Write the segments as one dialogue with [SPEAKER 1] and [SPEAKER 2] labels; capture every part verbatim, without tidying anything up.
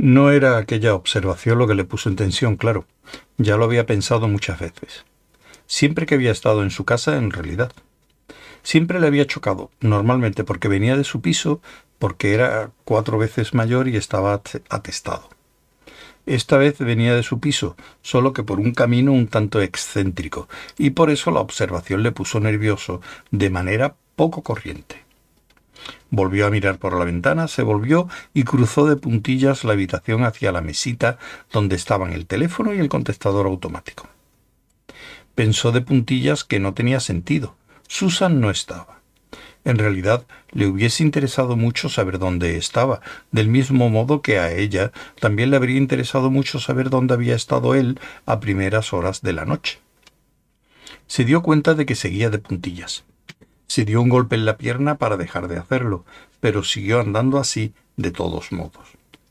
[SPEAKER 1] No era aquella observación lo que le puso en tensión, claro. Ya lo había pensado muchas veces. Siempre que había estado en su casa, en realidad. Siempre le había chocado, normalmente porque venía de su piso, porque era cuatro veces mayor y estaba atestado. Esta vez venía de su piso, solo que por un camino un tanto excéntrico, y por eso la observación le puso nervioso de manera poco corriente. Volvió a mirar por la ventana, se volvió y cruzó de puntillas la habitación hacia la mesita donde estaban el teléfono y el contestador automático. Pensó de puntillas que no tenía sentido. Susan no estaba. En realidad, le hubiese interesado mucho saber dónde estaba, del mismo modo que a ella también le habría interesado mucho saber dónde había estado él a primeras horas de la noche. Se dio cuenta de que seguía de puntillas. Se dio un golpe en la pierna para dejar de hacerlo, pero siguió andando así de todos modos.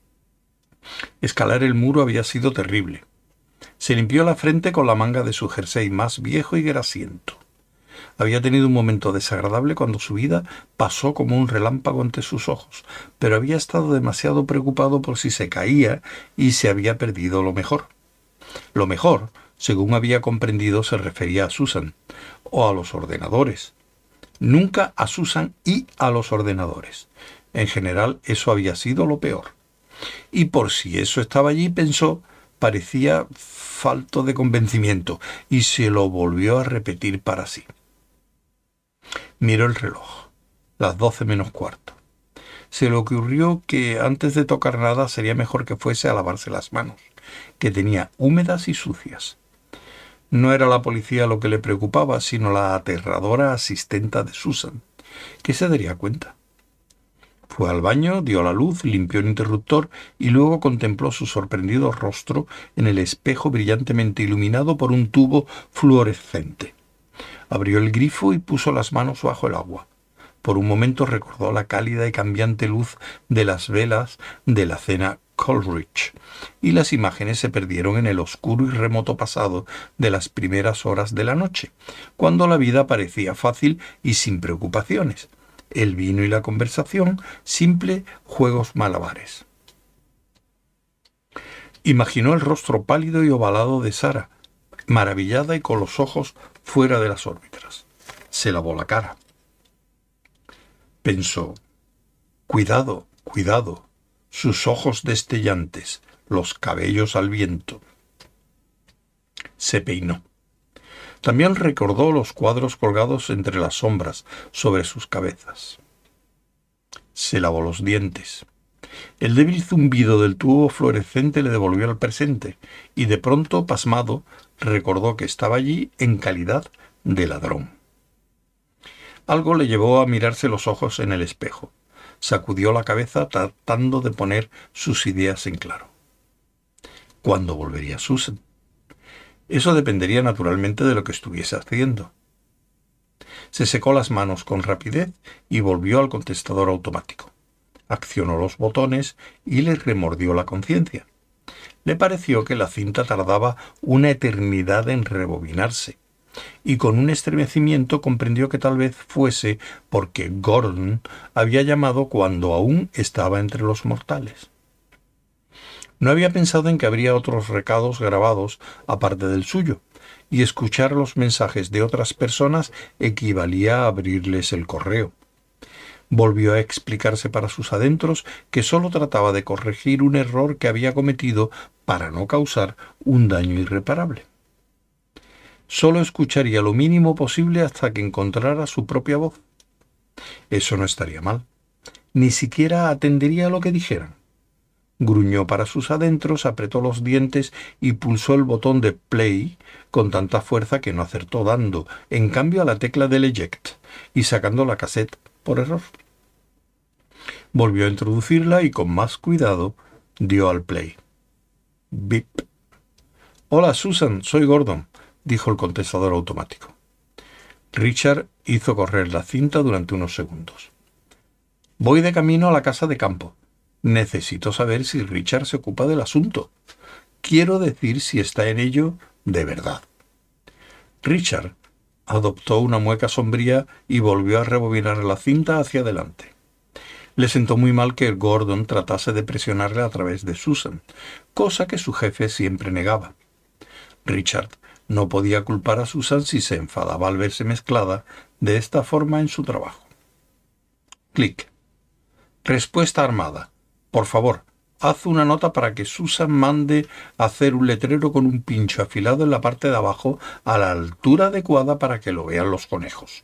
[SPEAKER 1] Escalar el muro había sido terrible. Se limpió la frente con la manga de su jersey más viejo y grasiento. Había tenido un momento desagradable cuando su vida pasó como un relámpago ante sus ojos, pero había estado demasiado preocupado por si se caía y se había perdido lo mejor. Lo mejor, según había comprendido, se refería a Susan, o a los ordenadores. Nunca a Susan y a los ordenadores. En general, eso había sido lo peor. Y por si eso estaba allí, pensó, parecía falto de convencimiento, y se lo volvió a repetir para sí. Miró el reloj, las doce menos cuarto. Se le ocurrió que antes de tocar nada sería mejor que fuese a lavarse las manos, que tenía húmedas y sucias. No era la policía lo que le preocupaba, sino la aterradora asistenta de Susan, que se daría cuenta. Fue al baño, dio la luz, limpió el interruptor y luego contempló su sorprendido rostro en el espejo brillantemente iluminado por un tubo fluorescente. Abrió el grifo y puso las manos bajo el agua. Por un momento recordó la cálida y cambiante luz de las velas de la cena Coleridge, y las imágenes se perdieron en el oscuro y remoto pasado de las primeras horas de la noche, cuando la vida parecía fácil y sin preocupaciones. El vino y la conversación, simple juegos malabares. Imaginó el rostro pálido y ovalado de Sara, maravillada y con los ojos fuera de las órbitas. Se lavó la cara. Pensó, cuidado, cuidado, sus ojos destellantes, los cabellos al viento. Se peinó. También recordó los cuadros colgados entre las sombras sobre sus cabezas. Se lavó los dientes. El débil zumbido del tubo fluorescente le devolvió al presente, y de pronto, pasmado, recordó que estaba allí en calidad de ladrón. Algo le llevó a mirarse los ojos en el espejo. Sacudió la cabeza tratando de poner sus ideas en claro. ¿Cuándo volvería Susan? Eso dependería naturalmente de lo que estuviese haciendo. Se secó las manos con rapidez y volvió al contestador automático. Accionó los botones y le remordió la conciencia. Le pareció que la cinta tardaba una eternidad en rebobinarse, y con un estremecimiento comprendió que tal vez fuese porque Gordon había llamado cuando aún estaba entre los mortales. No había pensado en que habría otros recados grabados aparte del suyo, y escuchar los mensajes de otras personas equivalía a abrirles el correo. Volvió a explicarse para sus adentros que sólo trataba de corregir un error que había cometido para no causar un daño irreparable. Sólo escucharía lo mínimo posible hasta que encontrara su propia voz. Eso no estaría mal. Ni siquiera atendería a lo que dijeran. Gruñó para sus adentros, apretó los dientes y pulsó el botón de play con tanta fuerza que no acertó, dando, en cambio, a la tecla del eject y sacando la cassette por error. Volvió a introducirla y con más cuidado dio al play. Bip. «Hola, Susan, soy Gordon», dijo el contestador automático. Richard hizo correr la cinta durante unos segundos. «Voy de camino a la casa de campo. Necesito saber si Richard se ocupa del asunto. Quiero decir si está en ello de verdad». Richard adoptó una mueca sombría y volvió a rebobinar la cinta hacia adelante. Le sentó muy mal que Gordon tratase de presionarle a través de Susan, cosa que su jefe siempre negaba. Richard no podía culpar a Susan si se enfadaba al verse mezclada de esta forma en su trabajo. Clic. Respuesta armada. Por favor, haz una nota para que Susan mande hacer un letrero con un pincho afilado en la parte de abajo a la altura adecuada para que lo vean los conejos.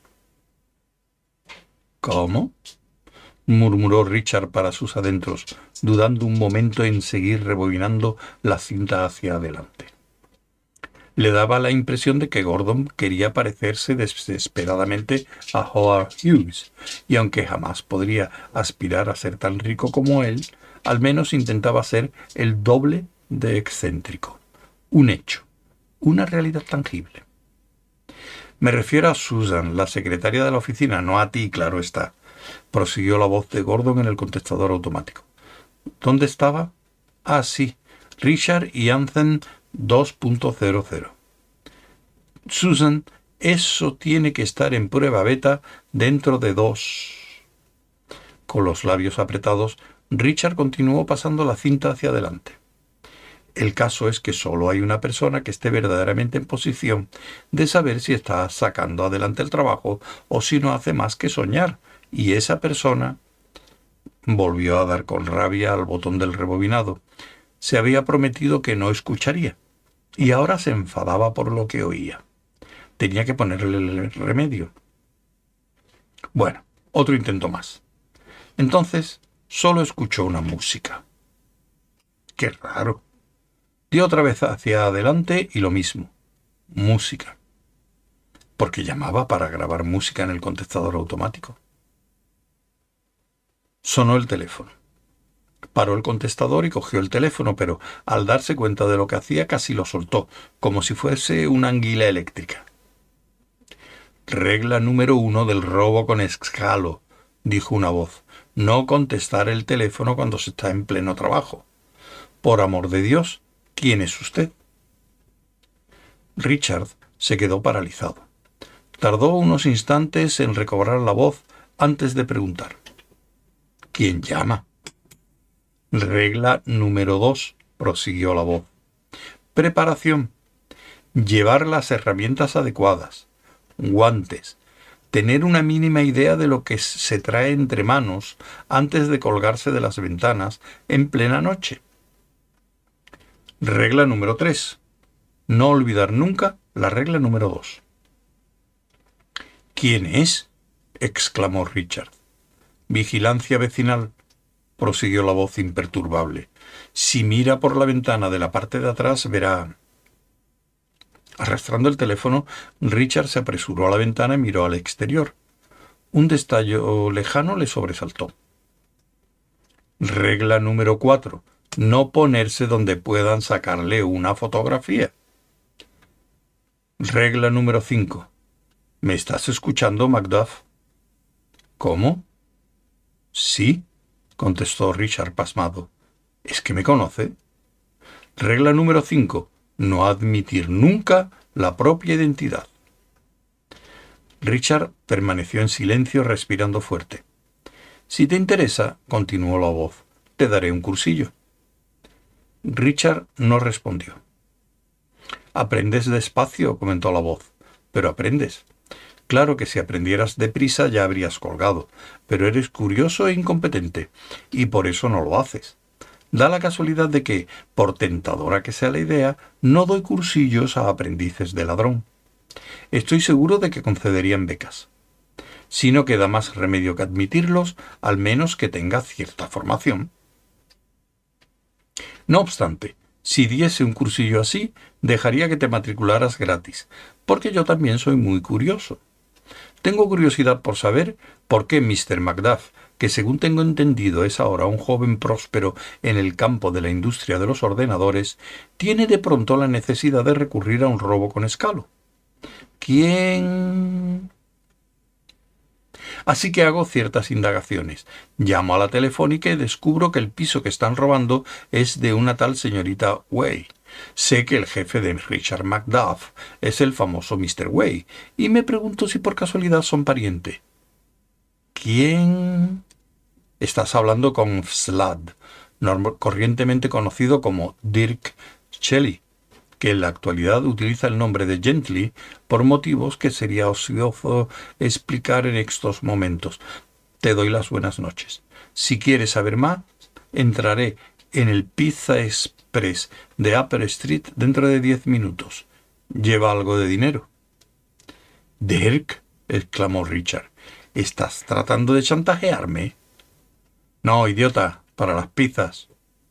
[SPEAKER 1] ¿Cómo?, murmuró Richard para sus adentros, dudando un momento en seguir rebobinando la cinta hacia adelante. Le daba la impresión de que Gordon quería parecerse desesperadamente a Howard Hughes, y aunque jamás podría aspirar a ser tan rico como él, al menos intentaba ser el doble de excéntrico. Un hecho, una realidad tangible. Me refiero a Susan, la secretaria de la oficina, no a ti, claro está, prosiguió la voz de Gordon en el contestador automático. ¿Dónde estaba? Ah, sí, Richard y Anthem dos punto cero cero. Susan, eso tiene que estar en prueba beta dentro de dos. Con los labios apretados, Richard continuó pasando la cinta hacia adelante. El caso es que solo hay una persona que esté verdaderamente en posición de saber si está sacando adelante el trabajo o si no hace más que soñar, y esa persona volvió a dar con rabia al botón del rebobinado. Se había prometido que no escucharía, y ahora se enfadaba por lo que oía. Tenía que ponerle el remedio. Bueno, otro intento más. Entonces, solo escuchó una música. ¡Qué raro! Dio otra vez hacia adelante y lo mismo. Música. Porque llamaba para grabar música en el contestador automático. Sonó el teléfono. Paró el contestador y cogió el teléfono, pero al darse cuenta de lo que hacía casi lo soltó, como si fuese una anguila eléctrica. Regla número uno del robo con escalo, dijo una voz. No contestar el teléfono cuando se está en pleno trabajo. Por amor de Dios, ¿quién es usted? Richard se quedó paralizado. Tardó unos instantes en recobrar la voz antes de preguntar. ¿Quién llama? Regla número dos, prosiguió la voz. Preparación. Llevar las herramientas adecuadas. Guantes. Tener una mínima idea de lo que se trae entre manos antes de colgarse de las ventanas en plena noche. Regla número tres. No olvidar nunca la regla número dos. ¿Quién es?, exclamó Richard. Vigilancia vecinal, prosiguió la voz imperturbable. Si mira por la ventana de la parte de atrás, verá... Arrastrando el teléfono, Richard se apresuró a la ventana y miró al exterior. Un destello lejano le sobresaltó. Regla número cuatro. No ponerse donde puedan sacarle una fotografía. Regla número cinco. ¿Me estás escuchando, Macduff? ¿Cómo? Sí, contestó Richard pasmado. ¿Es que me conoce? Regla número cinco. No admitir nunca la propia identidad. Richard permaneció en silencio, respirando fuerte. Si te interesa, continuó la voz, te daré un cursillo. Richard no respondió. Aprendes despacio, comentó la voz, pero aprendes. Claro que si aprendieras deprisa ya habrías colgado, pero eres curioso e incompetente, y por eso no lo haces. Da la casualidad de que, por tentadora que sea la idea, no doy cursillos a aprendices de ladrón. Estoy seguro de que concederían becas. Si no queda más remedio que admitirlos, al menos que tenga cierta formación. No obstante, si diese un cursillo así, dejaría que te matricularas gratis, porque yo también soy muy curioso. Tengo curiosidad por saber por qué mister Macduff, que según tengo entendido es ahora un joven próspero en el campo de la industria de los ordenadores, tiene de pronto la necesidad de recurrir a un robo con escalo. ¿Quién? Así que hago ciertas indagaciones. Llamo a la telefónica y descubro que el piso que están robando es de una tal señorita Way. Sé que el jefe de Richard Macduff es el famoso mister Way, y me pregunto si por casualidad son pariente. ¿Quién? Estás hablando con Vlad, corrientemente conocido como Dirk Shelley, que en la actualidad utiliza el nombre de Gently por motivos que sería ocioso explicar en estos momentos. Te doy las buenas noches. Si quieres saber más, entraré en el Pizza Express de Upper Street dentro de diez minutos. ¿Lleva algo de dinero? —Dirk —exclamó Richard—, ¿estás tratando de chantajearme? —No, idiota, para las pizzas.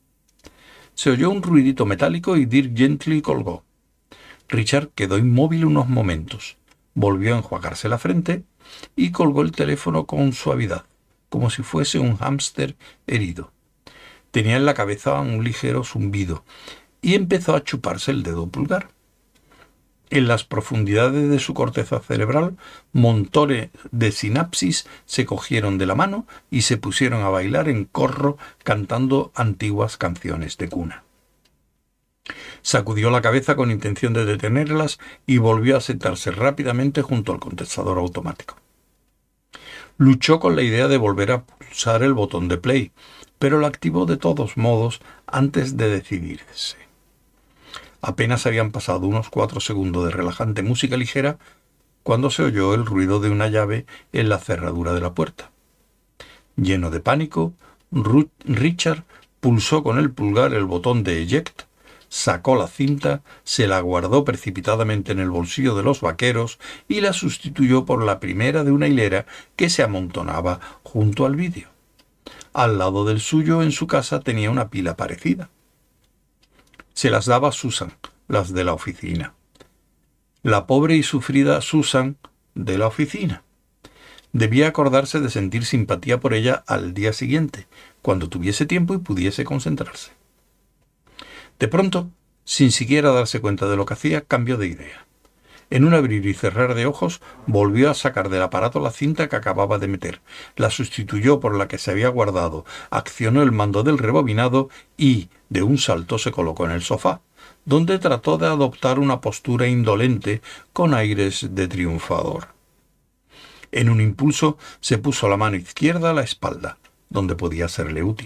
[SPEAKER 1] Se oyó un ruidito metálico y Dirk Gently colgó. Richard quedó inmóvil unos momentos, volvió a enjuagarse la frente y colgó el teléfono con suavidad, como si fuese un hámster herido. Tenía en la cabeza un ligero zumbido y empezó a chuparse el dedo pulgar. En las profundidades de su corteza cerebral, montones de sinapsis se cogieron de la mano y se pusieron a bailar en corro cantando antiguas canciones de cuna. Sacudió la cabeza con intención de detenerlas y volvió a sentarse rápidamente junto al contestador automático. Luchó con la idea de volver a pulsar el botón de play, pero lo activó de todos modos antes de decidirse. Apenas habían pasado unos cuatro segundos de relajante música ligera cuando se oyó el ruido de una llave en la cerradura de la puerta. Lleno de pánico, Richard pulsó con el pulgar el botón de eject, sacó la cinta, se la guardó precipitadamente en el bolsillo de los vaqueros y la sustituyó por la primera de una hilera que se amontonaba junto al vídeo. Al lado del suyo, en su casa, tenía una pila parecida. Se las daba a Susan, las de la oficina. La pobre y sufrida Susan de la oficina. Debía acordarse de sentir simpatía por ella al día siguiente, cuando tuviese tiempo y pudiese concentrarse. De pronto, sin siquiera darse cuenta de lo que hacía, cambió de idea. En un abrir y cerrar de ojos, volvió a sacar del aparato la cinta que acababa de meter, la sustituyó por la que se había guardado, accionó el mando del rebobinado y, de un salto, se colocó en el sofá, donde trató de adoptar una postura indolente con aires de triunfador. En un impulso, se puso la mano izquierda a la espalda, donde podía serle útil.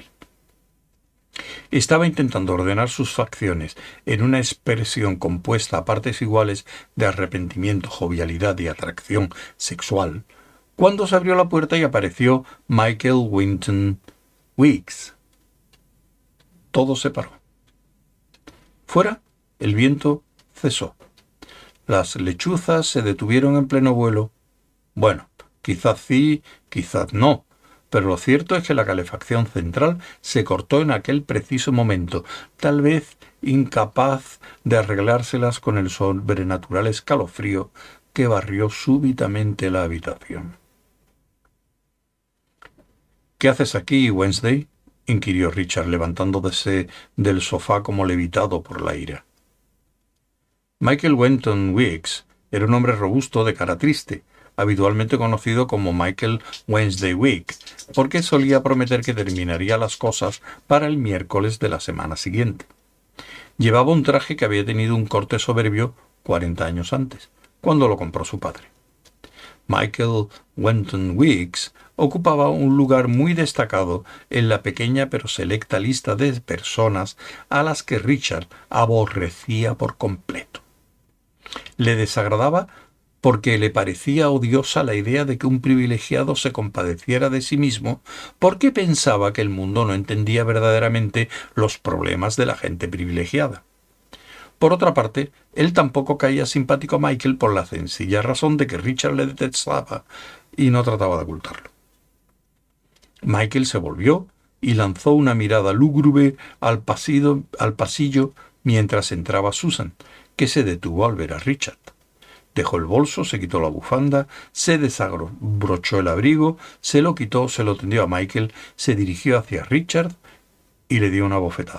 [SPEAKER 1] Estaba intentando ordenar sus facciones en una expresión compuesta a partes iguales de arrepentimiento, jovialidad y atracción sexual, cuando se abrió la puerta y apareció Michael Winton Weeks. Todo se paró. Fuera, el viento cesó. Las lechuzas se detuvieron en pleno vuelo. Bueno, quizás sí, quizás no. Pero lo cierto es que la calefacción central se cortó en aquel preciso momento, tal vez incapaz de arreglárselas con el sobrenatural escalofrío que barrió súbitamente la habitación. —¿Qué haces aquí, Wednesday? —inquirió Richard, levantándose del sofá como levitado por la ira. Michael Winton Weeks era un hombre robusto de cara triste, habitualmente conocido como Michael Wednesday Week, porque solía prometer que terminaría las cosas para el miércoles de la semana siguiente. Llevaba un traje que había tenido un corte soberbio cuarenta años antes, cuando lo compró su padre. Michael Winton Weeks ocupaba un lugar muy destacado en la pequeña pero selecta lista de personas a las que Richard aborrecía por completo. Le desagradaba porque le parecía odiosa la idea de que un privilegiado se compadeciera de sí mismo, porque pensaba que el mundo no entendía verdaderamente los problemas de la gente privilegiada. Por otra parte, él tampoco caía simpático a Michael por la sencilla razón de que Richard le detestaba y no trataba de ocultarlo. Michael se volvió y lanzó una mirada lúgubre al pasillo, al pasillo mientras entraba Susan, que se detuvo al ver a Richard. Dejó el bolso, se quitó la bufanda, se desabrochó el abrigo, se lo quitó, se lo tendió a Michael, se dirigió hacia Richard y le dio una bofetada.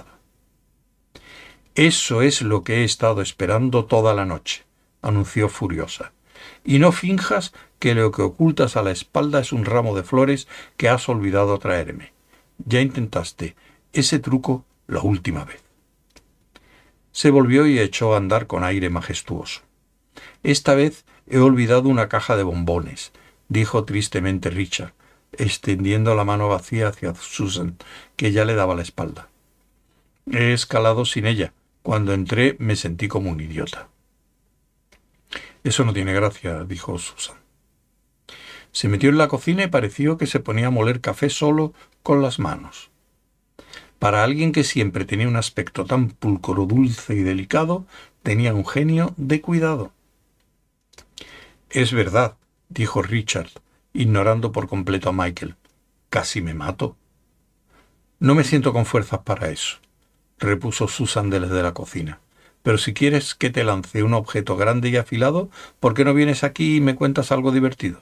[SPEAKER 1] «Eso es lo que he estado esperando toda la noche», anunció furiosa. «Y no finjas que lo que ocultas a la espalda es un ramo de flores que has olvidado traerme. Ya intentaste ese truco la última vez». Se volvió y echó a andar con aire majestuoso. «Esta vez he olvidado una caja de bombones», dijo tristemente Richard. extendiendo la mano vacía hacia Susan, que ya le daba la espalda. He escalado sin ella. Cuando entré me sentí como un idiota. Eso no tiene gracia, dijo Susan. Se metió en la cocina y pareció que se ponía a moler café solo con las manos. Para alguien que siempre tenía un aspecto tan pulcro, dulce y delicado, tenía un genio de cuidado. Es verdad, dijo Richard, ignorando por completo a Michael. Casi me mato. No me siento con fuerzas para eso, repuso Susan desde la cocina. Pero si quieres que te lance un objeto grande y afilado, ¿por qué no vienes aquí y me cuentas algo divertido?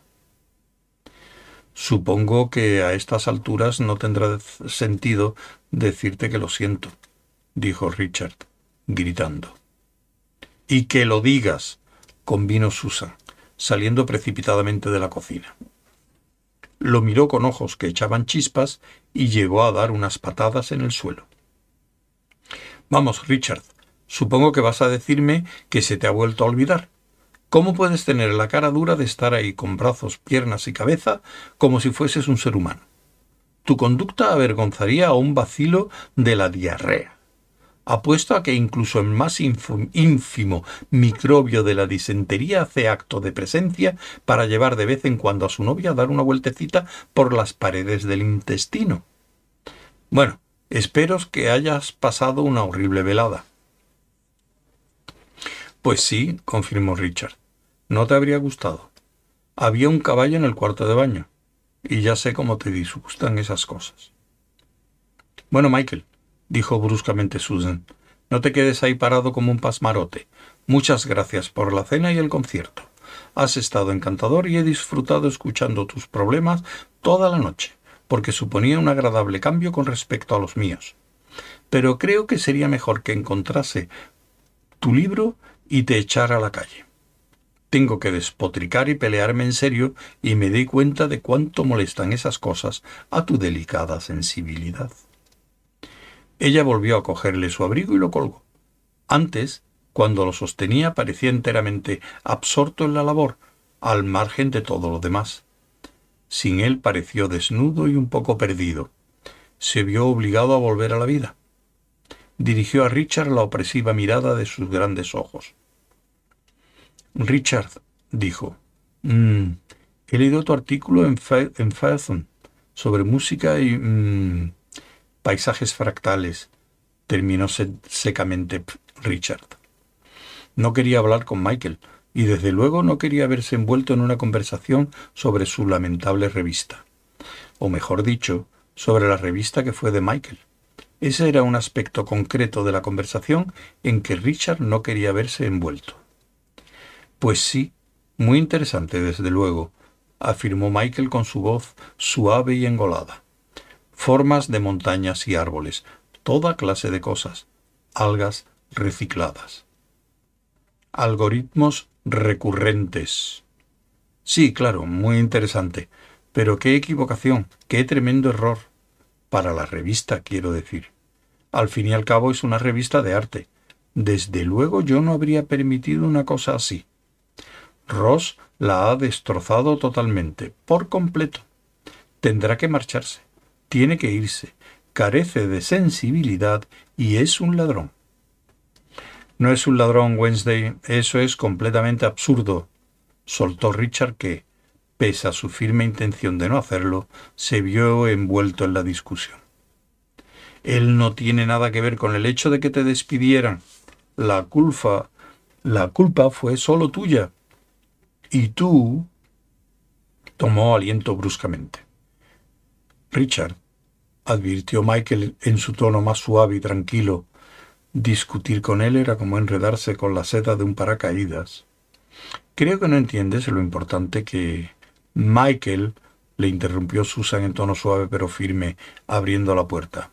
[SPEAKER 1] Supongo que a estas alturas no tendrá sentido decirte que lo siento, dijo Richard, gritando. Y que lo digas, convino Susan, saliendo precipitadamente de la cocina. Lo miró con ojos que echaban chispas y llegó a dar unas patadas en el suelo. Vamos, Richard, supongo que vas a decirme que se te ha vuelto a olvidar. ¿Cómo puedes tener la cara dura de estar ahí con brazos, piernas y cabeza como si fueses un ser humano? Tu conducta avergonzaría a un bacilo de la diarrea. Apuesto a que incluso el más ínfimo microbio de la disentería hace acto de presencia para llevar de vez en cuando a su novia a dar una vueltecita por las paredes del intestino. Bueno, espero que hayas pasado una horrible velada. Pues sí, confirmó Richard. No te habría gustado. Había un caballo en el cuarto de baño, y ya sé cómo te disgustan esas cosas. Bueno, Michael, dijo bruscamente Susan, no te quedes ahí parado como un pasmarote. Muchas gracias por la cena y el concierto. Has estado encantador y he disfrutado escuchando tus problemas toda la noche, porque suponía un agradable cambio con respecto a los míos. Pero creo que sería mejor que encontrase tu libro y te echara a la calle. Tengo que despotricar y pelearme en serio y me di cuenta de cuánto molestan esas cosas a tu delicada sensibilidad. Ella volvió a cogerle su abrigo y lo colgó. Antes, cuando lo sostenía, parecía enteramente absorto en la labor, al margen de todo lo demás. Sin él pareció desnudo y un poco perdido. Se vio obligado a volver a la vida. Dirigió a Richard la opresiva mirada de sus grandes ojos. Richard, dijo, mm, he leído tu artículo en, Fe en Fairthon sobre música y mm, paisajes fractales, terminó se secamente Richard. No quería hablar con Michael, y desde luego no quería verse envuelto en una conversación sobre su lamentable revista. O mejor dicho, sobre la revista que fue de Michael. Ese era un aspecto concreto de la conversación en que Richard no quería verse envuelto. Pues sí, muy interesante, desde luego, afirmó Michael con su voz suave y engolada. Formas de montañas y árboles, toda clase de cosas, algas recicladas. Algoritmos recurrentes. Sí, claro, muy interesante, pero qué equivocación, qué tremendo error. Para la revista, quiero decir. Al fin y al cabo es una revista de arte. Desde luego yo no habría permitido una cosa así. Ross la ha destrozado totalmente, por completo. Tendrá que marcharse, tiene que irse, carece de sensibilidad y es un ladrón. No es un ladrón, Wednesday, eso es completamente absurdo, soltó Richard que, pese a su firme intención de no hacerlo, se vio envuelto en la discusión. Él no tiene nada que ver con el hecho de que te despidieran. La culpa, la culpa fue solo tuya. Y tú... Tomó aliento bruscamente. Richard, advirtió Michael en su tono más suave y tranquilo. Discutir con él era como enredarse con la seda de un paracaídas. Creo que no entiendes lo importante que... Michael, le interrumpió Susan en tono suave pero firme, abriendo la puerta.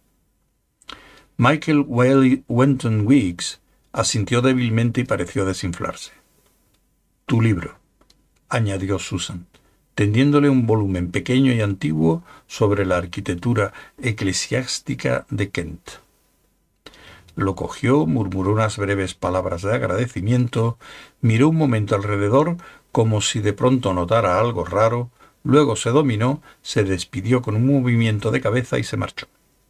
[SPEAKER 1] Michael Wenton Weeks asintió débilmente y pareció desinflarse. Tu libro, añadió Susan, tendiéndole un volumen pequeño y antiguo sobre la arquitectura eclesiástica de Kent. Lo cogió, murmuró unas breves palabras de agradecimiento, miró un momento alrededor como si de pronto notara algo raro, Luego se dominó, se despidió con un movimiento de cabeza y se marchó.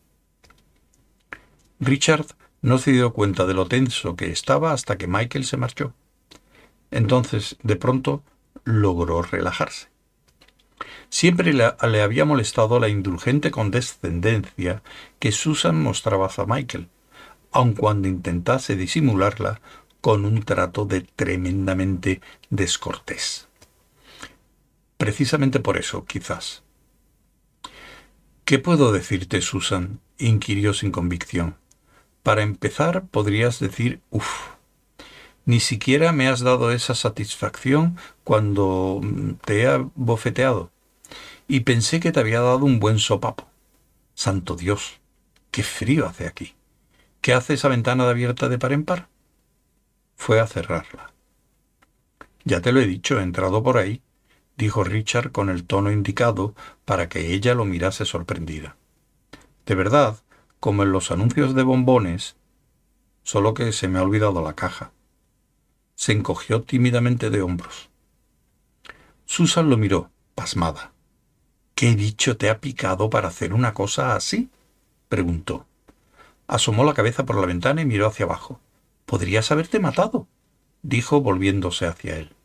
[SPEAKER 1] Richard no se dio cuenta de lo tenso que estaba hasta que Michael se marchó. Entonces, de pronto, logró relajarse. Siempre le, le había molestado la indulgente condescendencia que Susan mostraba hacia Michael, aun cuando intentase disimularla con un trato de tremendamente descortés. Precisamente por eso, quizás. ¿Qué puedo decirte, Susan?, inquirió sin convicción. Para empezar, podrías decir, uff, ni siquiera me has dado esa satisfacción cuando te he bofeteado, y pensé que te había dado un buen sopapo. Santo Dios, qué frío hace aquí. ¿Qué hace esa ventana abierta de par en par? Fue a cerrarla. Ya te lo he dicho, he entrado por ahí, dijo Richard con el tono indicado para que ella lo mirase sorprendida. De verdad, como en los anuncios de bombones, solo que se me ha olvidado la caja. Se encogió tímidamente de hombros. Susan lo miró, pasmada. ¿Qué bicho te ha picado para hacer una cosa así?, preguntó. Asomó la cabeza por la ventana y miró hacia abajo. «Podrías haberte matado», dijo volviéndose hacia él.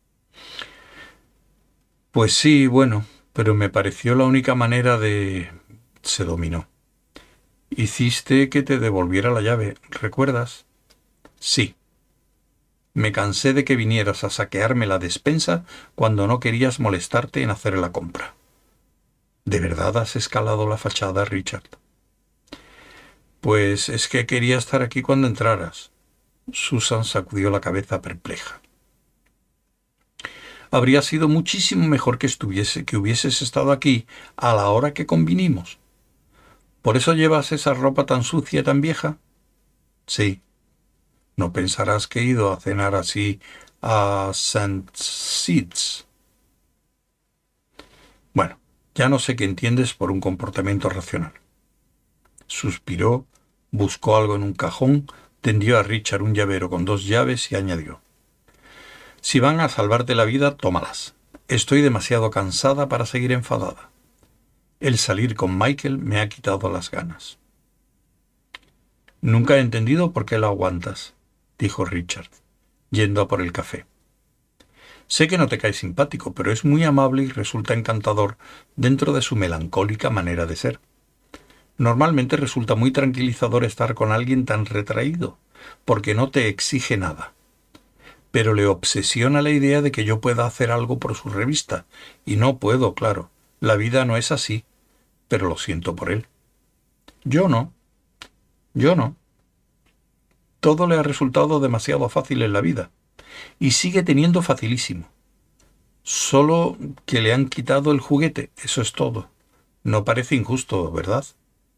[SPEAKER 1] Pues sí, bueno, pero me pareció la única manera de... Se dominó. Hiciste que te devolviera la llave, ¿recuerdas? Sí. Me cansé de que vinieras a saquearme la despensa cuando no querías molestarte en hacer la compra. ¿De verdad has escalado la fachada, Richard? Pues es que quería estar aquí cuando entraras. Susan sacudió la cabeza perpleja. Habría sido muchísimo mejor que estuviese, que hubieses estado aquí a la hora que convinimos. ¿Por eso llevas esa ropa tan sucia y tan vieja? Sí. No pensarás que he ido a cenar así a Saint Sid's. Bueno, ya no sé qué entiendes por un comportamiento racional. Suspiró, buscó algo en un cajón, tendió a Richard un llavero con dos llaves y añadió: Si van a salvarte la vida, tómalas. Estoy demasiado cansada para seguir enfadada. El salir con Michael me ha quitado las ganas. Nunca he entendido por qué lo aguantas, dijo Richard, yendo a por el café. Sé que no te cae simpático, pero es muy amable y resulta encantador dentro de su melancólica manera de ser. Normalmente resulta muy tranquilizador estar con alguien tan retraído, porque no te exige nada. Pero le obsesiona la idea de que yo pueda hacer algo por su revista, y no puedo, claro. La vida no es así, pero lo siento por él. Yo no. Yo no. Todo le ha resultado demasiado fácil en la vida, y sigue teniendo facilísimo. Solo que le han quitado el juguete, eso es todo. No parece injusto, ¿verdad?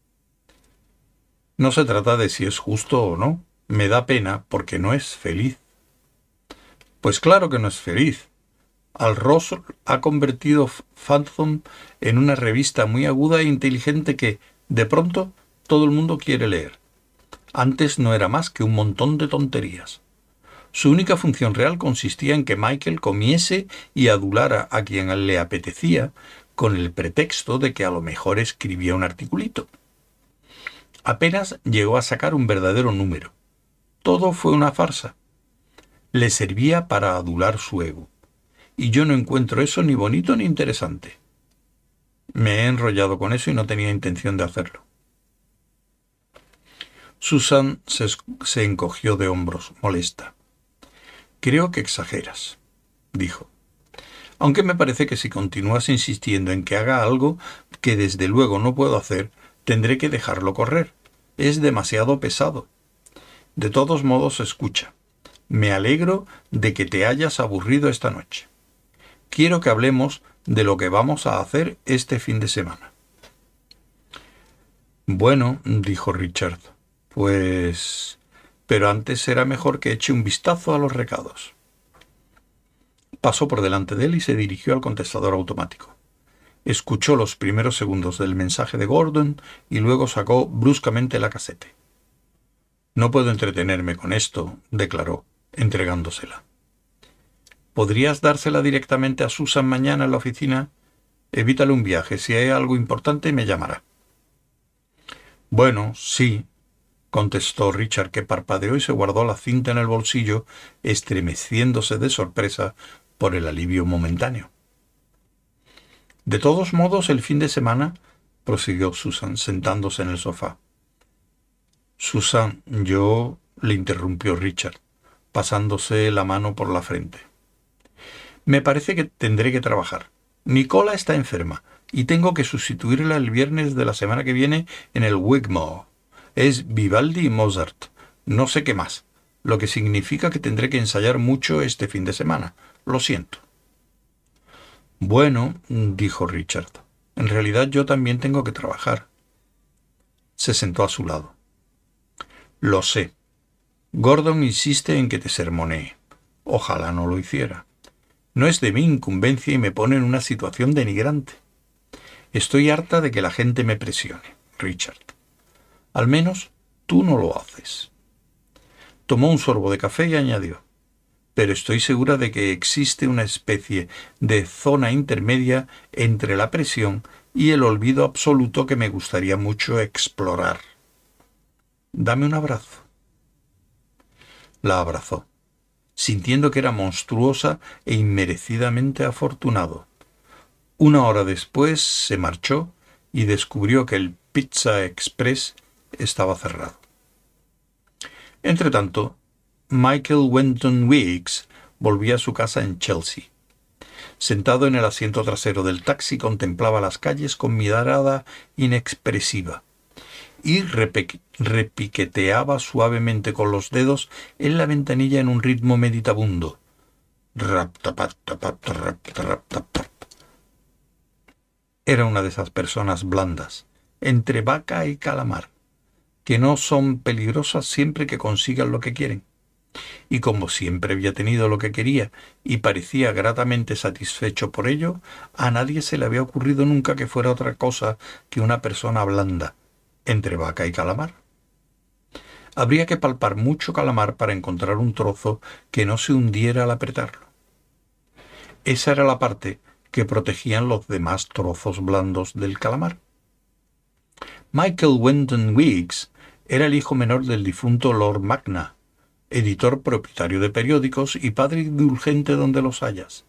[SPEAKER 1] No se trata de si es justo o no. Me da pena porque no es feliz. Pues claro que no es feliz. Al Ross ha convertido Phantom en una revista muy aguda e inteligente que, de pronto, todo el mundo quiere leer. Antes no era más que un montón de tonterías. Su única función real consistía en que Michael comiese y adulara a quien le apetecía con el pretexto de que a lo mejor escribía un articulito. Apenas llegó a sacar un verdadero número. Todo fue una farsa. Le servía para adular su ego. Y yo no encuentro eso ni bonito ni interesante. Me he enrollado con eso y no tenía intención de hacerlo. Susan se, se encogió de hombros, molesta. Creo que exageras, dijo. Aunque me parece que si continúas insistiendo en que haga algo que desde luego no puedo hacer, tendré que dejarlo correr. Es demasiado pesado. De todos modos, escucha. Me alegro de que te hayas aburrido esta noche. Quiero que hablemos de lo que vamos a hacer este fin de semana. Bueno, dijo Richard, pues... pero antes será mejor que eche un vistazo a los recados. Pasó por delante de él y se dirigió al contestador automático. Escuchó los primeros segundos del mensaje de Gordon y luego sacó bruscamente la casete. No puedo entretenerme con esto, declaró, entregándosela. ¿Podrías dársela directamente a Susan mañana en la oficina? Evítale un viaje. Si hay algo importante, me llamará. Bueno, sí, contestó Richard, que parpadeó y se guardó la cinta en el bolsillo, estremeciéndose de sorpresa por el alivio momentáneo. De todos modos, el fin de semana, prosiguió Susan, sentándose en el sofá. Susan, yo, le interrumpió Richard, pasándose la mano por la frente. Me parece que tendré que trabajar. Nicola está enferma y tengo que sustituirla el viernes de la semana que viene en el Wigmore. Es Vivaldi y Mozart. No sé qué más, lo que significa que tendré que ensayar mucho este fin de semana. Lo siento. Bueno, dijo Richard, en realidad yo también tengo que trabajar. Se sentó a su lado. Lo sé. Gordon insiste en que te sermonee. Ojalá no lo hiciera. No es de mi incumbencia y me pone en una situación denigrante. Estoy harta de que la gente me presione, Richard. Al menos tú no lo haces. Tomó un sorbo de café y añadió: pero estoy segura de que existe una especie de zona intermedia entre la presión y el olvido absoluto que me gustaría mucho explorar. Dame un abrazo. La abrazó, sintiendo que era monstruosa e inmerecidamente afortunado. Una hora después se marchó y descubrió que el Pizza Express estaba cerrado. Entretanto, Michael Wenton Weeks volvía a su casa en Chelsea. Sentado en el asiento trasero del taxi, contemplaba las calles con mirada inexpresiva y repe- repiqueteaba suavemente con los dedos en la ventanilla en un ritmo meditabundo. Era una de esas personas blandas, entre vaca y calamar, que no son peligrosas siempre que consigan lo que quieren. Y como siempre había tenido lo que quería y parecía gratamente satisfecho por ello, a nadie se le había ocurrido nunca que fuera otra cosa que una persona blanda, entre vaca y calamar. Habría que palpar mucho calamar para encontrar un trozo que no se hundiera al apretarlo. Esa era la parte que protegían los demás trozos blandos del calamar. Michael Wenton Weeks era el hijo menor del difunto Lord Magna, editor propietario de periódicos y padre indulgente donde los hayas,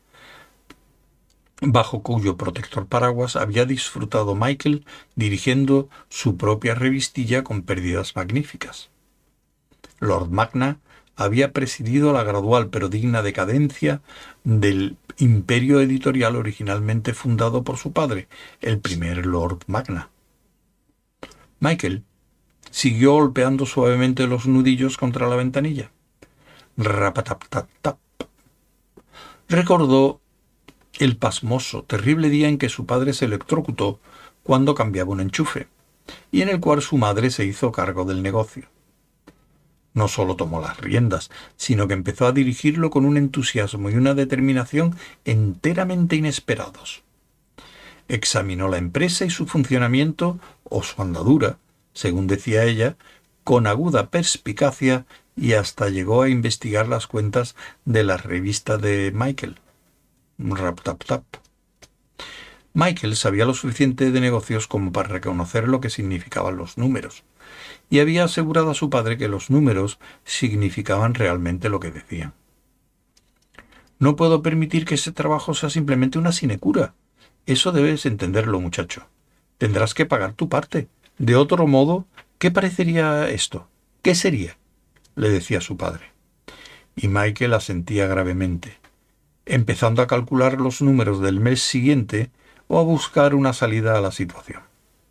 [SPEAKER 1] bajo cuyo protector paraguas había disfrutado Michael dirigiendo su propia revistilla con pérdidas magníficas. Lord Magna había presidido la gradual pero digna decadencia del imperio editorial originalmente fundado por su padre, el primer Lord Magna. Michael siguió golpeando suavemente los nudillos contra la ventanilla. Rapatap-tap-tap. Recordó el pasmoso, terrible día en que su padre se electrocutó cuando cambiaba un enchufe, y en el cual su madre se hizo cargo del negocio. No solo tomó las riendas, sino que empezó a dirigirlo con un entusiasmo y una determinación enteramente inesperados. Examinó la empresa y su funcionamiento, o su andadura, según decía ella, con aguda perspicacia, y hasta llegó a investigar las cuentas de la revista de Michael. Rap-tap-tap. Michael sabía lo suficiente de negocios como para reconocer lo que significaban los números, y había asegurado a su padre que los números significaban realmente lo que decían. No puedo permitir que ese trabajo sea simplemente una sinecura. Eso debes entenderlo, muchacho. Tendrás que pagar tu parte. De otro modo, ¿qué parecería esto? ¿Qué sería?, le decía su padre. Y Michael asentía gravemente, empezando a calcular los números del mes siguiente o a buscar una salida a la situación.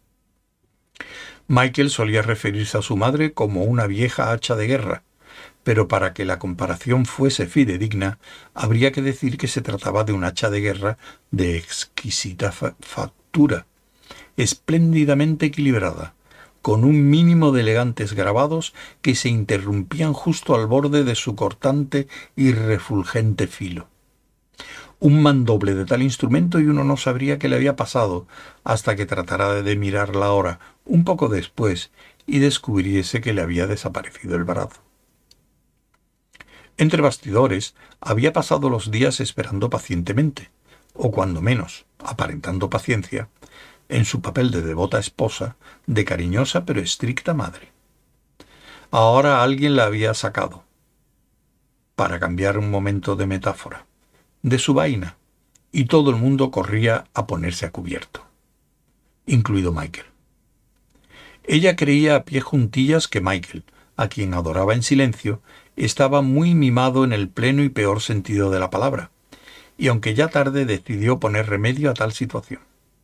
[SPEAKER 1] Michael solía referirse a su madre como una vieja hacha de guerra, pero para que la comparación fuese fidedigna, habría que decir que se trataba de un hacha de guerra de exquisita fa- factura, espléndidamente equilibrada, con un mínimo de elegantes grabados que se interrumpían justo al borde de su cortante y refulgente filo. Un mandoble de tal instrumento y uno no sabría qué le había pasado hasta que tratara de mirar la hora un poco después y descubriese que le había desaparecido el brazo. Entre bastidores había pasado los días esperando pacientemente, o cuando menos, aparentando paciencia, en su papel de devota esposa, de cariñosa pero estricta madre. Ahora alguien la había sacado, para cambiar un momento de metáfora, de su vaina, y todo el mundo corría a ponerse a cubierto, incluido Michael. Ella creía a pie juntillas que Michael, a quien adoraba en silencio, estaba muy mimado en el pleno y peor sentido de la palabra, y aunque ya tarde decidió poner remedio a tal situación.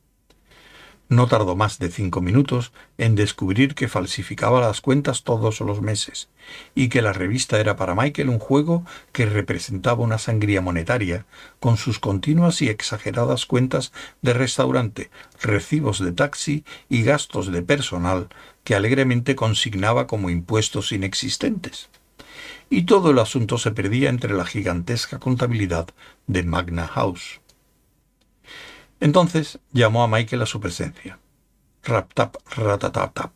[SPEAKER 1] No tardó más de cinco minutos en descubrir que falsificaba las cuentas todos los meses y que la revista era para Michael un juego que representaba una sangría monetaria con sus continuas y exageradas cuentas de restaurante, recibos de taxi y gastos de personal que alegremente consignaba como impuestos inexistentes. Y todo el asunto se perdía entre la gigantesca contabilidad de Magna House. Entonces llamó a Michael a su presencia. Rap-tap, ratatap-tap.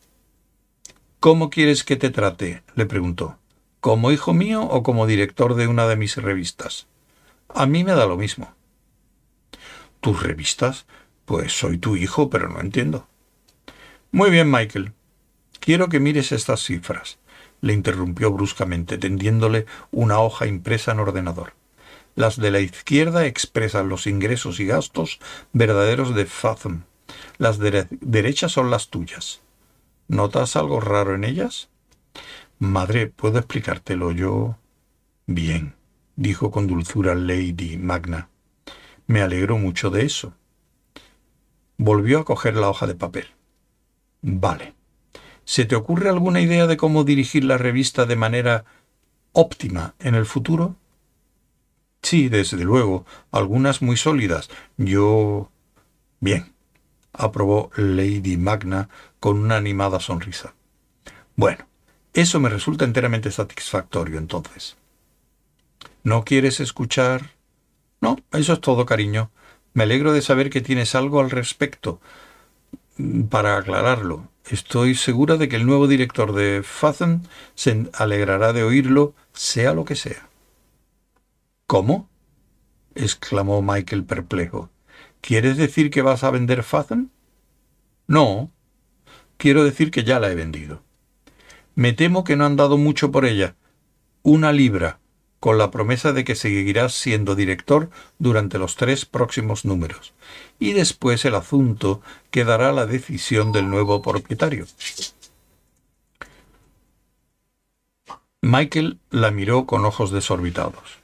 [SPEAKER 1] ¿Cómo quieres que te trate?, le preguntó. ¿Como hijo mío o como director de una de mis revistas? A mí me da lo mismo. ¿Tus revistas? Pues soy tu hijo, pero no entiendo. Muy bien, Michael. Quiero que mires estas cifras, le interrumpió bruscamente, tendiéndole una hoja impresa en ordenador. Las de la izquierda expresan los ingresos y gastos verdaderos de Fathom. Las de la derecha son las tuyas. ¿Notas algo raro en ellas? Madre, ¿puedo explicártelo yo? Bien, dijo con dulzura Lady Magna. Me alegro mucho de eso. Volvió a coger la hoja de papel. Vale. ¿Se te ocurre alguna idea de cómo dirigir la revista de manera óptima en el futuro? Sí, desde luego, algunas muy sólidas. Yo... Bien, aprobó Lady Magna con una animada sonrisa. Bueno, eso me resulta enteramente satisfactorio, entonces. ¿No quieres escuchar? No, eso es todo, cariño. Me alegro de saber que tienes algo al respecto. Para aclararlo, estoy segura de que el nuevo director de Fathom se alegrará de oírlo, sea lo que sea. ¿Cómo? Exclamó Michael perplejo. ¿Quieres decir que vas a vender Fathom? No, quiero decir que ya la he vendido. Me temo que no han dado mucho por ella. Una libra, con la promesa de que seguirás siendo director durante los tres próximos números. Y después el asunto quedará a la decisión del nuevo propietario. Michael la miró con ojos desorbitados.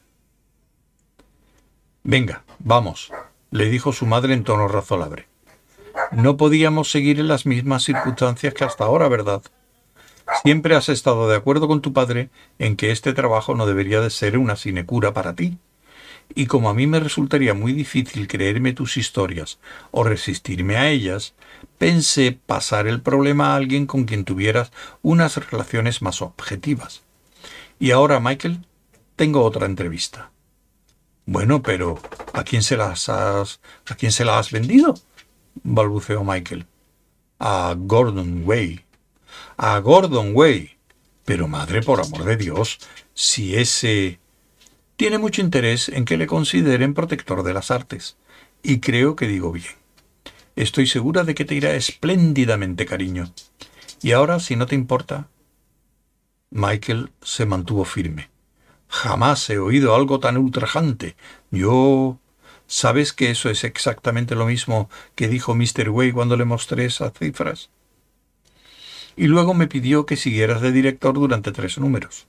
[SPEAKER 1] Venga, vamos, le dijo su madre en tono razonable. No podíamos seguir en las mismas circunstancias que hasta ahora, ¿verdad? Siempre has estado de acuerdo con tu padre en que este trabajo no debería de ser una sinecura para ti. Y como a mí me resultaría muy difícil creerme tus historias o resistirme a ellas, pensé pasar el problema a alguien con quien tuvieras unas relaciones más objetivas. Y ahora, Michael, tengo otra entrevista. Bueno, pero ¿a quién se las has, ¿a quién se la has vendido?, balbuceó Michael. A Gordon Way. A Gordon Way. Pero madre, por amor de Dios, si ese... Tiene mucho interés en que le consideren protector de las artes. Y creo que digo bien. Estoy segura de que te irá espléndidamente, cariño. Y ahora, si no te importa... Michael se mantuvo firme. Jamás he oído algo tan ultrajante. Yo... ¿Sabes que eso es exactamente lo mismo que dijo mister Way cuando le mostré esas cifras? Y luego me pidió que siguieras de director durante tres números.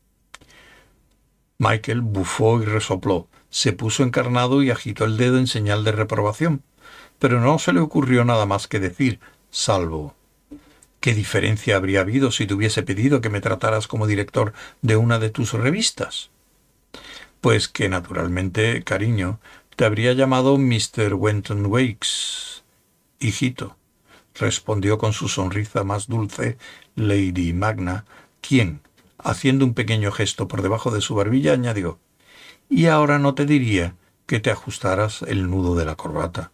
[SPEAKER 1] Michael bufó y resopló, se puso encarnado y agitó el dedo en señal de reprobación, pero no se le ocurrió nada más que decir, salvo... ¿Qué diferencia habría habido si te hubiese pedido que me trataras como director de una de tus revistas? Pues que, naturalmente, cariño, te habría llamado mister Wenton Wakes, hijito, respondió con su sonrisa más dulce Lady Magna, quien, haciendo un pequeño gesto por debajo de su barbilla, añadió, y ahora no te diría que te ajustaras el nudo de la corbata.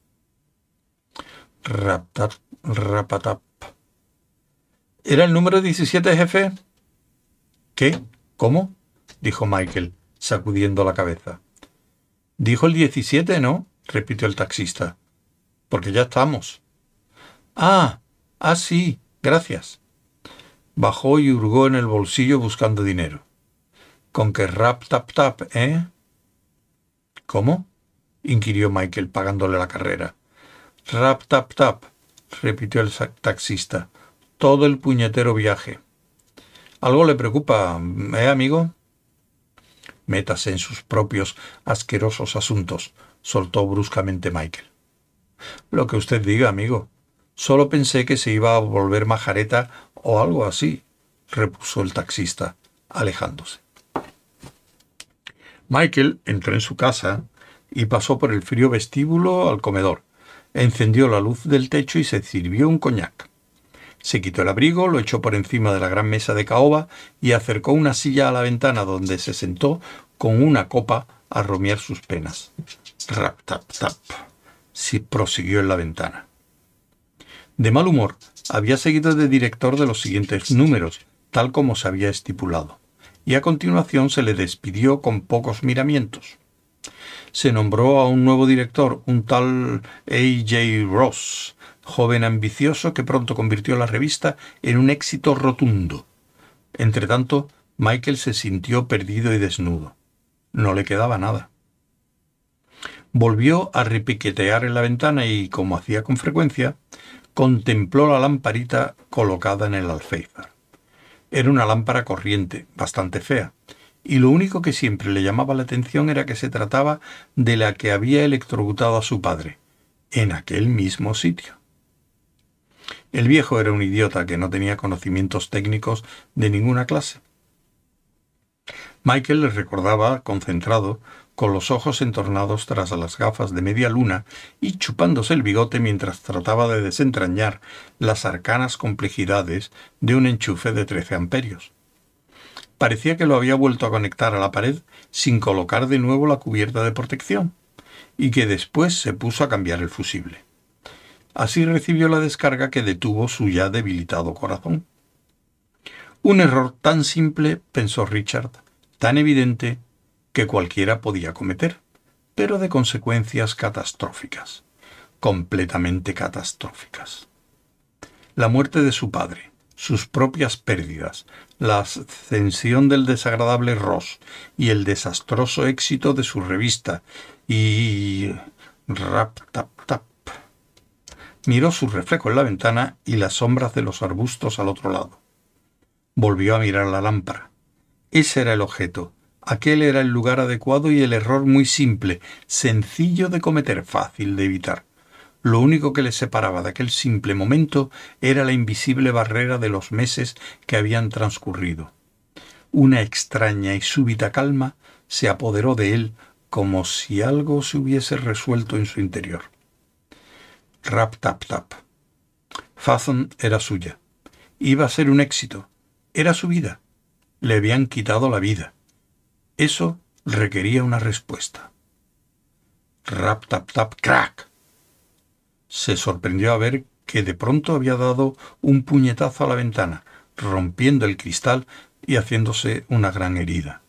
[SPEAKER 1] Rap-tap, rap-tap. ¿Era el número diecisiete, jefe? ¿Qué? ¿Cómo? Dijo Michael, sacudiendo la cabeza. Dijo el diecisiete, ¿no? Repitió el taxista. Porque ya estamos. Ah, ah, sí, gracias. Bajó y hurgó en el bolsillo buscando dinero. Con que rap tap tap, ¿eh? ¿Cómo? Inquirió Michael pagándole la carrera. Rap tap tap, repitió el taxista. Todo el puñetero viaje. ¿Algo le preocupa, eh, amigo? Métase en sus propios asquerosos asuntos, soltó bruscamente Michael. Lo que usted diga, amigo. Solo pensé que se iba a volver majareta o algo así, repuso el taxista, alejándose. Michael entró en su casa y pasó por el frío vestíbulo al comedor. Encendió la luz del techo y se sirvió un coñac. Se quitó el abrigo, lo echó por encima de la gran mesa de caoba y acercó una silla a la ventana donde se sentó con una copa a rumiar sus penas. Rap, tap, tap. Sí, prosiguió en la ventana. De mal humor, había seguido de director de los siguientes números, tal como se había estipulado, y a continuación se le despidió con pocos miramientos. Se nombró a un nuevo director, un tal A J Ross, joven ambicioso que pronto convirtió la revista en un éxito rotundo. Entretanto, Michael se sintió perdido y desnudo. No le quedaba nada. Volvió a repiquetear en la ventana y, como hacía con frecuencia, contempló la lamparita colocada en el alféizar. Era una lámpara corriente, bastante fea, y lo único que siempre le llamaba la atención era que se trataba de la que había electrocutado a su padre, en aquel mismo sitio. El viejo era un idiota que no tenía conocimientos técnicos de ninguna clase. Michael le recordaba, concentrado, con los ojos entornados tras las gafas de media luna y chupándose el bigote mientras trataba de desentrañar las arcanas complejidades de un enchufe de trece amperios. Parecía que lo había vuelto a conectar a la pared sin colocar de nuevo la cubierta de protección, y que después se puso a cambiar el fusible. Así recibió la descarga que detuvo su ya debilitado corazón. Un error tan simple, pensó Richard, tan evidente, que cualquiera podía cometer, pero de consecuencias catastróficas, completamente catastróficas. La muerte de su padre, sus propias pérdidas, la ascensión del desagradable Ross y el desastroso éxito de su revista y... rap, tap, tap. Miró su reflejo en la ventana y las sombras de los arbustos al otro lado. Volvió a mirar la lámpara. Ese era el objeto. Aquel era el lugar adecuado y el error muy simple, sencillo de cometer, fácil de evitar. Lo único que le separaba de aquel simple momento era la invisible barrera de los meses que habían transcurrido. Una extraña y súbita calma se apoderó de él como si algo se hubiese resuelto en su interior. Rap, tap, tap. Fathom era suya. Iba a ser un éxito. Era su vida. Le habían quitado la vida. Eso requería una respuesta. Rap, tap, tap, crack. Se sorprendió a ver que de pronto había dado un puñetazo a la ventana, rompiendo el cristal y haciéndose una gran herida.